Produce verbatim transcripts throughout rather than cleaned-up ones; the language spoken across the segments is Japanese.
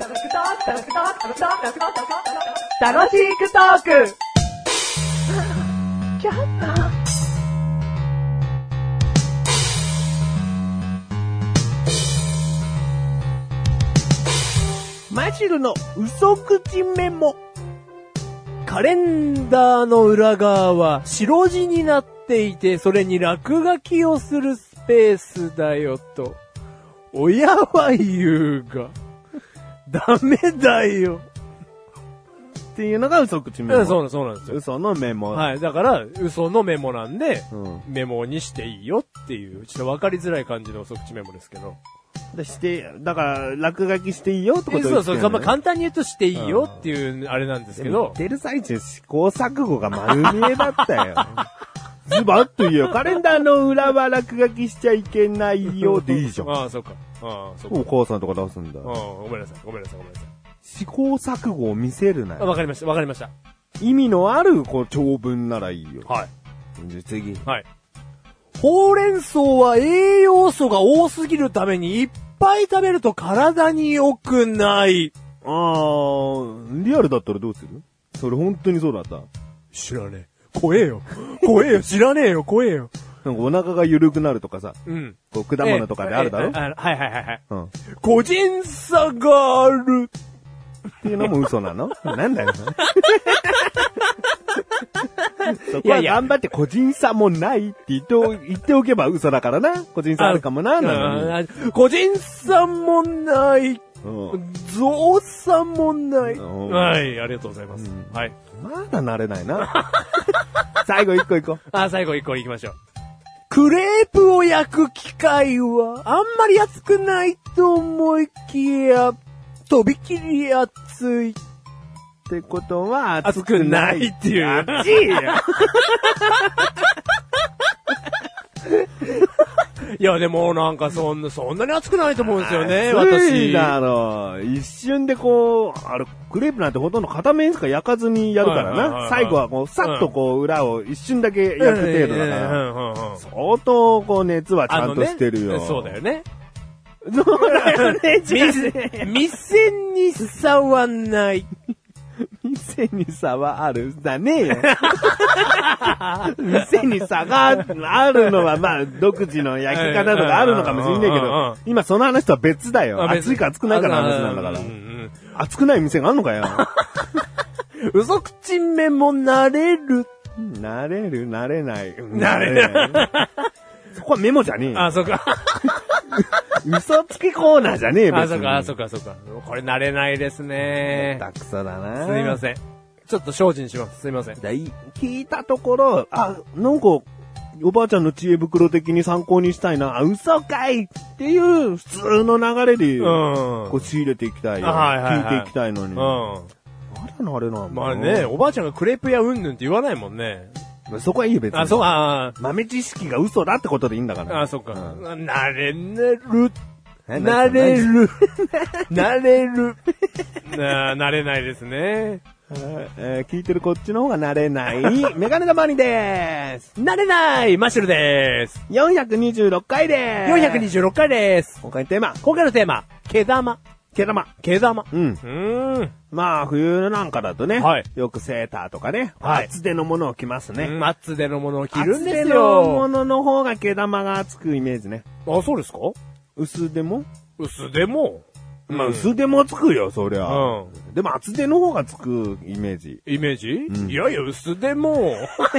楽しくトークマシルの嘘口メモ。 カレンダーの裏側は白地になっていて、それに落書きをするスペースだよと。親は言うが、ダメだよ。 っていうのが嘘口メモ。 そうそうなんですよ。 嘘のメモ。 はい。だから、嘘のメモなんで、 うん、 メモにしていいよっていう、ちょっとわかりづらい感じの嘘口メモですけど。 でして、だから、落書きしていいよってことですね。 そうそう、まあ、簡単に言うとしていいよっていう、あれなんですけど。 言ってる最中、試行錯誤が丸見えだったよ。ズバッと言うよ。カレンダーの裏は落書きしちゃいけないよでいいじゃん。 ああ、そうか。ああ、そうか。 お母さんとか出すんだ。 ああ、ごめんなさい、ごめんなさい、ごめんなさい。 試行錯誤を見せるなよ。 わかりました、わかりました。 意味のある、こう、長文ならいいよ。 はい。 じゃ次。 はい。ほうれん草は栄養素が多すぎるためにいっぱい食べると体に良くない。 あー、リアルだったらどうする？それ本当にそうだった。 知らねえ。怖えよ。怖えよ。知らねえよ。怖えよ。 なんかお腹が緩くなるとかさ。 うん。 こう果物とかであるだろ？ ええええはいはいはいはい。 うん。 個人差がある。 っていうのも嘘なの？なんだよ。そこは頑張って個人差もないって言ってお、言っておけば嘘だからな。個人差あるかもな。なのに個人差もない。 うん、 増差もない。 うん、 はい、ありがとうございます。うん、はい。 まだ慣れないな。最後一個一個。 あ、最後一個行きましょう。クレープを焼く機械はあんまり熱くないと思いきや、とびきり熱い。 ってことは、熱くないっていう。 熱いよ。いや、でもなんかそんな、そんなに熱くないと思うんですよね、私。 熱いだろう。一瞬でこう、あれ、クレープなんてほとんど片面しか焼かずにやるからな。最後はこう、さっとこう、裏を一瞬だけ焼く程度だから。相当こう、熱はちゃんとしてるよ。 そうだよね。 そうだよね、 店に差はない。 店に差はあるだねえよ。店に差があるのはまあ独自の焼き方とかあるのかもしれないけど、今その話とは別だよ。熱いか熱くないかの話なんだから。熱くない店があんのかよ。 嘘口目も慣れる。 慣れる慣れない。 慣れる。 そこはメモじゃねえよ。 あ、そっか。 嘘つきコーナーじゃねえよ。 あ、そっか、あ、そっか、そっか。これ慣れないですね。 たくさだな。 すみません。ちょっと精進します。すみません。 聞いたところ、あ、なんか、おばあちゃんの知恵袋的に参考にしたいな。あ、嘘かいっていう普通の流れで、こう仕入れていきたいよ。聞いていきたいのに。うん。あれな、あれな。 まあね、おばあちゃんがクレープやうんぬんって言わないもんね。 そこはいいよ別に。 あ、そう、ああ。豆知識が嘘だってことでいいんだから。 あ、そっか。うん、慣れる。慣れる。慣れる。な慣れないですね。 えー、聞いてるこっちの方が慣れない。メガネたまにでーす。 慣れないマッシュルでーす。 よんひゃくにじゅうろっかいでーす。 よんひゃくにじゅうろっかいでーす。 今回のテーマ。 今回のテーマ。毛玉。 毛玉。 毛玉。 うん。うーん。 まあ、冬なんかだとね。 はい。 よくセーターとかね。 はい。 厚手のものを着ますね。 厚手のものを着るんですよ。 厚手のものの方が毛玉がつくイメージね。 あ、そうですか？ 薄手も？ 薄手も？ まあ、薄手もつくよ、そりゃ。 うん。 でも厚手の方がつくイメージ。 イメージ？ うん、 いやいや、薄手も。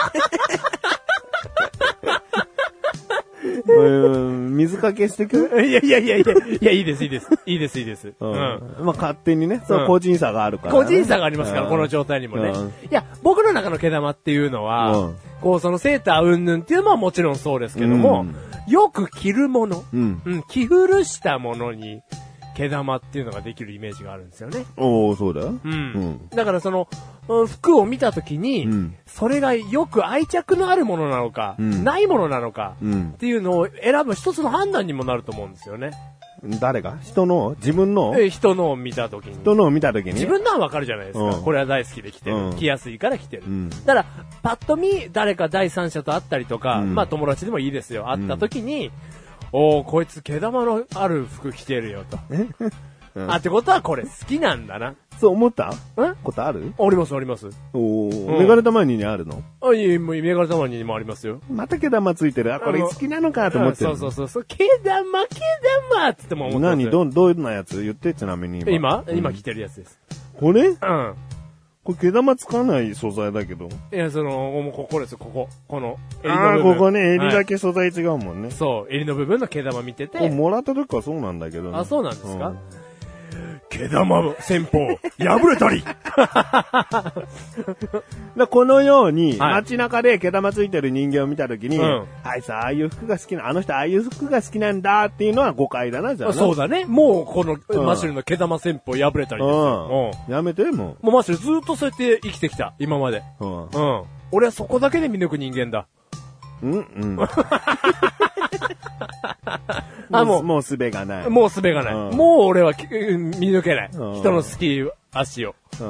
水かけしてくいやいやいやいや、いや、いいです、いいです。いいです、いいです。 うん。うん、まあ、勝手にね、そう、個人差があるから、 ね、個人差がありますから、うん、この状態にもね。うん、いや、僕の中の毛玉っていうのは、うん、こう、そのセーターうんぬんっていうのはもちろんそうですけども、うん、よく着るもの、うん、うん、着古したものに、毛玉っていうのができるイメージがあるんですよね。 おー、そうだよ。 うん。うん、だからその、服を見たときに、うん、それがよく愛着のあるものなのか、うん、ないものなのか、うん、っていうのを選ぶ一つの判断にもなると思うんですよね。 誰が？人の？自分の？ え、人のを見たときに。 人のを見たときに自分のはわかるじゃないですか、うん。これは大好きで着てる。うん、着やすいから着てる。うん、だから、パッと見、誰か第三者と会ったりとか、うん、まあ友達でもいいですよ。会ったときに、うん、おー、こいつ毛玉のある服着てるよと。 うん、 あ、ってことはこれ好きなんだな。 そう思ったえことある？ ありますあります。 おー、うん、メガネたまににあるの？ あ、いえ、もうメガネたまににもありますよ。 また毛玉ついてる。あ、これ好きなのかと思ってる、 うん。そうそうそう。毛玉、毛玉って言っても思ってます。 何ど、どんなやつ言ってちなみに今。今、今着てるやつです。 これ？ うん。 これ毛玉つかない素材だけど。 いや、その、もうここですよ、ここ。この、 襟の部分。ああ、ここね、襟だけ素材違うもんね。はい、 そう、襟の部分の毛玉見てて。 もらった時からそうなんだけどね。 あ、そうなんですか、うん、毛玉戦法、破れたりだこのように、はい、街中で毛玉ついてる人間を見たときに、うん、あいつああいう服が好きな、あの人ああいう服が好きなんだっていうのは誤解だな、じゃあ。 そうだね。もうこの、うん、マシュルの毛玉戦法破れたりですよ。 うん、やめて、もう。もうマシュルずっとそうやって生きてきた、今まで。うん。うん。俺はそこだけで見抜く人間だ。 うんうん。あ、もう、もうすべがない。 もうすべがない。うん、もう俺は見抜けない。うん、人の好き足を。うん。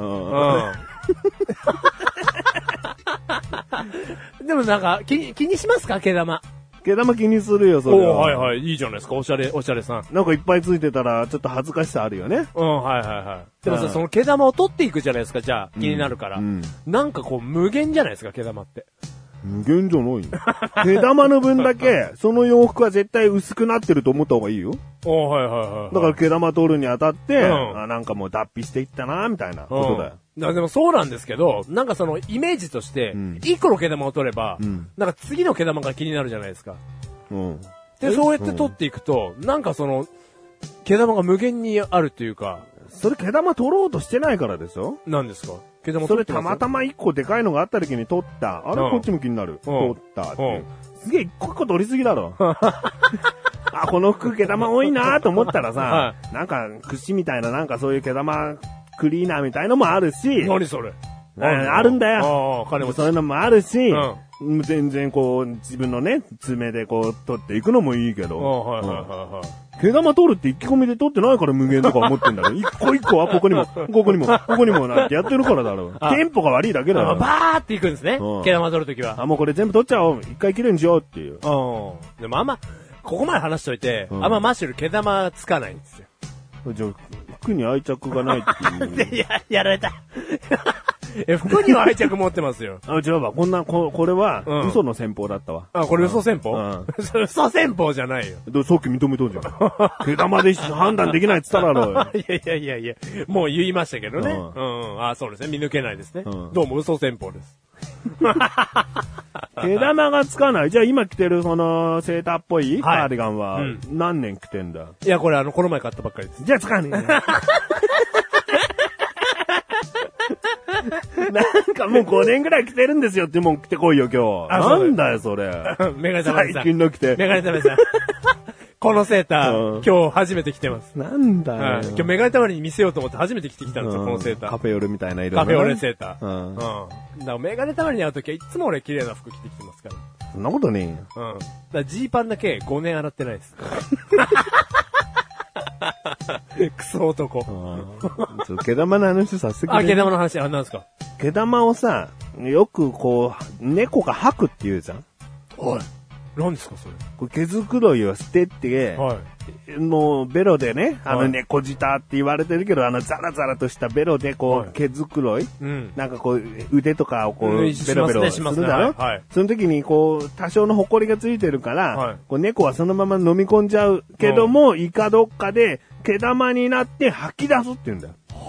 でもなんか、気に、気にしますか毛玉。 毛玉気にするよ、それは。 おはいはい。いいじゃないですか。おしゃれ、おしゃれさん。 なんかいっぱいついてたら、ちょっと恥ずかしさあるよね。 うん、はいはいはい。でもさ、その毛玉を取っていくじゃないですか、じゃあ、気になるから。うん。なんかこう、無限じゃないですか、毛玉って。 無限じゃないよ。毛玉の分だけ、その洋服は絶対薄くなってると思った方がいいよ。 おはいはいはい。 だから毛玉取るにあたって、うん、あなんかもう脱皮していったな、みたいなことだよ。 うん、だでもそうなんですけど、なんかそのイメージとして、いっこの毛玉を取れば、うん、なんか次の毛玉が気になるじゃないですか。うん、で、そうやって取っていくと、うん、なんかその、毛玉が無限にあるというか。 それ毛玉取ろうとしてないからですよ。 何ですか？毛玉取ってます？それたまたまいっこでかいのがあった時に取った。あれ、うん、こっちも気になる。うん、取ったっていう。すげえいっこいっこ取りすぎだろ。あ、この服毛玉多いなと思ったらさ、はい、なんか、串みたいななんかそういう毛玉クリーナーみたいのもあるし。 何それ？ あるんだよ。あ金持ち。 そういうのもあるし、うん、全然こう、自分のね、爪でこう、取っていくのもいいけど。はいはいはいはい。毛玉取るって意気込みで取ってないから無限とか思ってんだろ。一個一個はここにも、ここにも、ここにもなんてやってるからだろ。テンポが悪いだけだろ。 バーっていくんですね。うん、毛玉取るときは。 あ、もうこれ全部取っちゃおう。一回きれいにしようっていう。うん。 でもあんま、ここまで話しといて、うん、あんまマッシュル毛玉つかないんですよ。 じゃあ、服に愛着がないっていう。 いや、やられた。え、服には愛着持ってますよ。 あ、違うわ。こんな、こ、これは、嘘の戦法だったわ。 あ、これ嘘戦法？うん。嘘戦法じゃないよ。 さっき認めとんじゃん。毛玉で判断できないって言ったらろ。 いやいやいやいや、もう言いましたけどね。うん。うん。あ、そうですね。見抜けないですね。うん、どうも嘘戦法です。 毛玉がつかない。じゃあ今着てるそのセーターっぽいカーディガンは何年着てんだ？ いや、これあの、この前買ったばっかりです。 じゃあつかねえ。なんかもうごねんぐらい着てるんですよってもう着てこいよ今日。なんだよそれ。 メガネたまりさん。 最近の着て。 メガネたまりさん。このセーター、うん、今日初めて着てます。 なんだよ。 うん、今日メガネたまりに見せようと思って初めて着てきたんですよ、うん、このセーター。 カフェオレみたいな色の、ね。カフェオレセーター。うん。うん。だからメガネたまりに会うときはいつも俺綺麗な服着てきてますから。 そんなことねえよ。 うん。だからジーパンだけごねん洗ってないです。クソ男。 ちょ毛玉の話させてくれ。 あ、毛玉の話、あ、なんですか？ 毛玉をさ、よくこう、猫が吐くって言うじゃん？ はい。何ですかそれ？ これ毛づくろいを捨てて、はい、もうベロでね、あの猫舌って言われてるけど、あのザラザラとしたベロでこう、はい、毛づくろい、うん、なんかこう腕とかをこう、うん、ベロベロするだろ、ねはい、その時にこう多少のホコリがついてるから、はい、こう猫はそのまま飲み込んじゃうけども、はい、イカどっかで毛玉になって吐き出すって言うんだよ。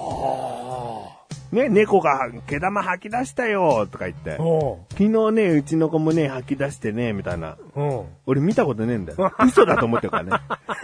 ね、猫が毛玉吐き出したよとか言って。昨日ね、うちの子もね、吐き出してね、みたいな。俺見たことねえんだよ。嘘だと思ってるからね。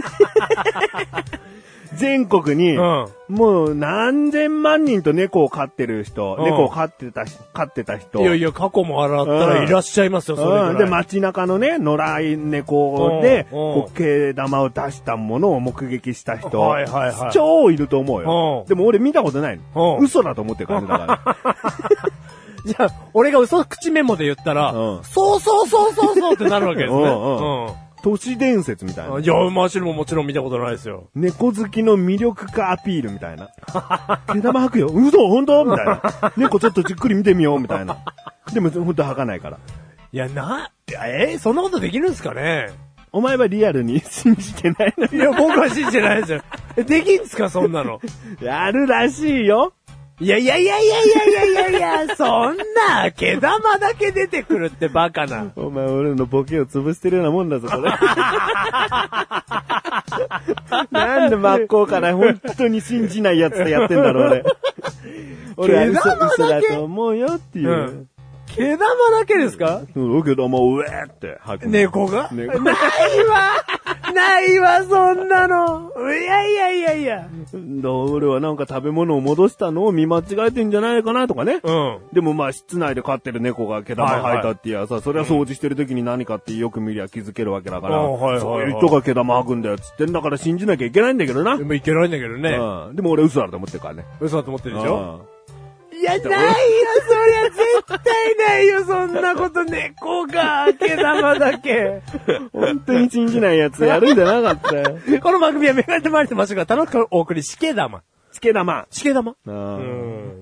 全国に、うん、もう何千万人と猫を飼ってる人、うん、猫を飼ってた、飼ってた人。 いやいや、過去も洗ったらいらっしゃいますよ、うん、それぐらい。うん、 で、街中のね、野良猫で、こう、毛玉を出したものを目撃した人。はいはいはい。超いると思うよ。でも俺見たことないの。嘘だと思ってるからね、だから。 じゃあ、俺が嘘口メモで言ったら、うん、そうそうそうそうそうってなるわけですね。うんうん都市伝説みたいな。 いや、マシルももちろん見たことないですよ。 猫好きの魅力化アピールみたいな。毛玉吐くよ。嘘本当みたいな。猫ちょっとじっくり見てみようみたいな。でも本当吐かないから。 いや、な、えー、そんなことできるんですかね？ お前はリアルに信じてないの？ いや、僕は信じてないですよ。 できんすか、そんなの。 やるらしいよ。 いやいやいやいやいやいやいやいや、そんな、毛玉だけ出てくるってバカな。 お前俺のボケを潰してるようなもんだぞ、これ。なんで真っ向から本当に信じないやつでやってんだろ、俺。俺は嘘、嘘だと思うよっていう。うん、 毛玉だけですか？ うん、毛玉をうえーって吐く。 猫が？猫ないわないわ、そんなの。いやいやいやいや。 俺はなんか食べ物を戻したのを見間違えてんじゃないかなとかね。 うん。 でもまあ室内で飼ってる猫が毛玉吐いたってやさ、はいはい、それは掃除してる時に何かってよく見りゃ気づけるわけだから、うん、はいはいはい、そういう人が毛玉吐くんだよっつってんだから信じなきゃいけないんだけどな。 でもいけないんだけどね。 うん。でも俺嘘だと思ってるからね。 嘘だと思ってるでしょ？いや、ないよ、そりゃ絶対ないよ、そんなこと、猫が、毛玉だけ。 本当に信じないやつやるんじゃなかったよ。 この番組はメガネとマリとマシュが楽しくお送り、しけ玉。 しけ玉。 しけ玉。うん。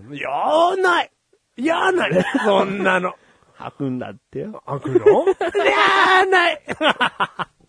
いやーない。いやーない。そんなの。 吐くんだってよ。 吐くの？いやーない。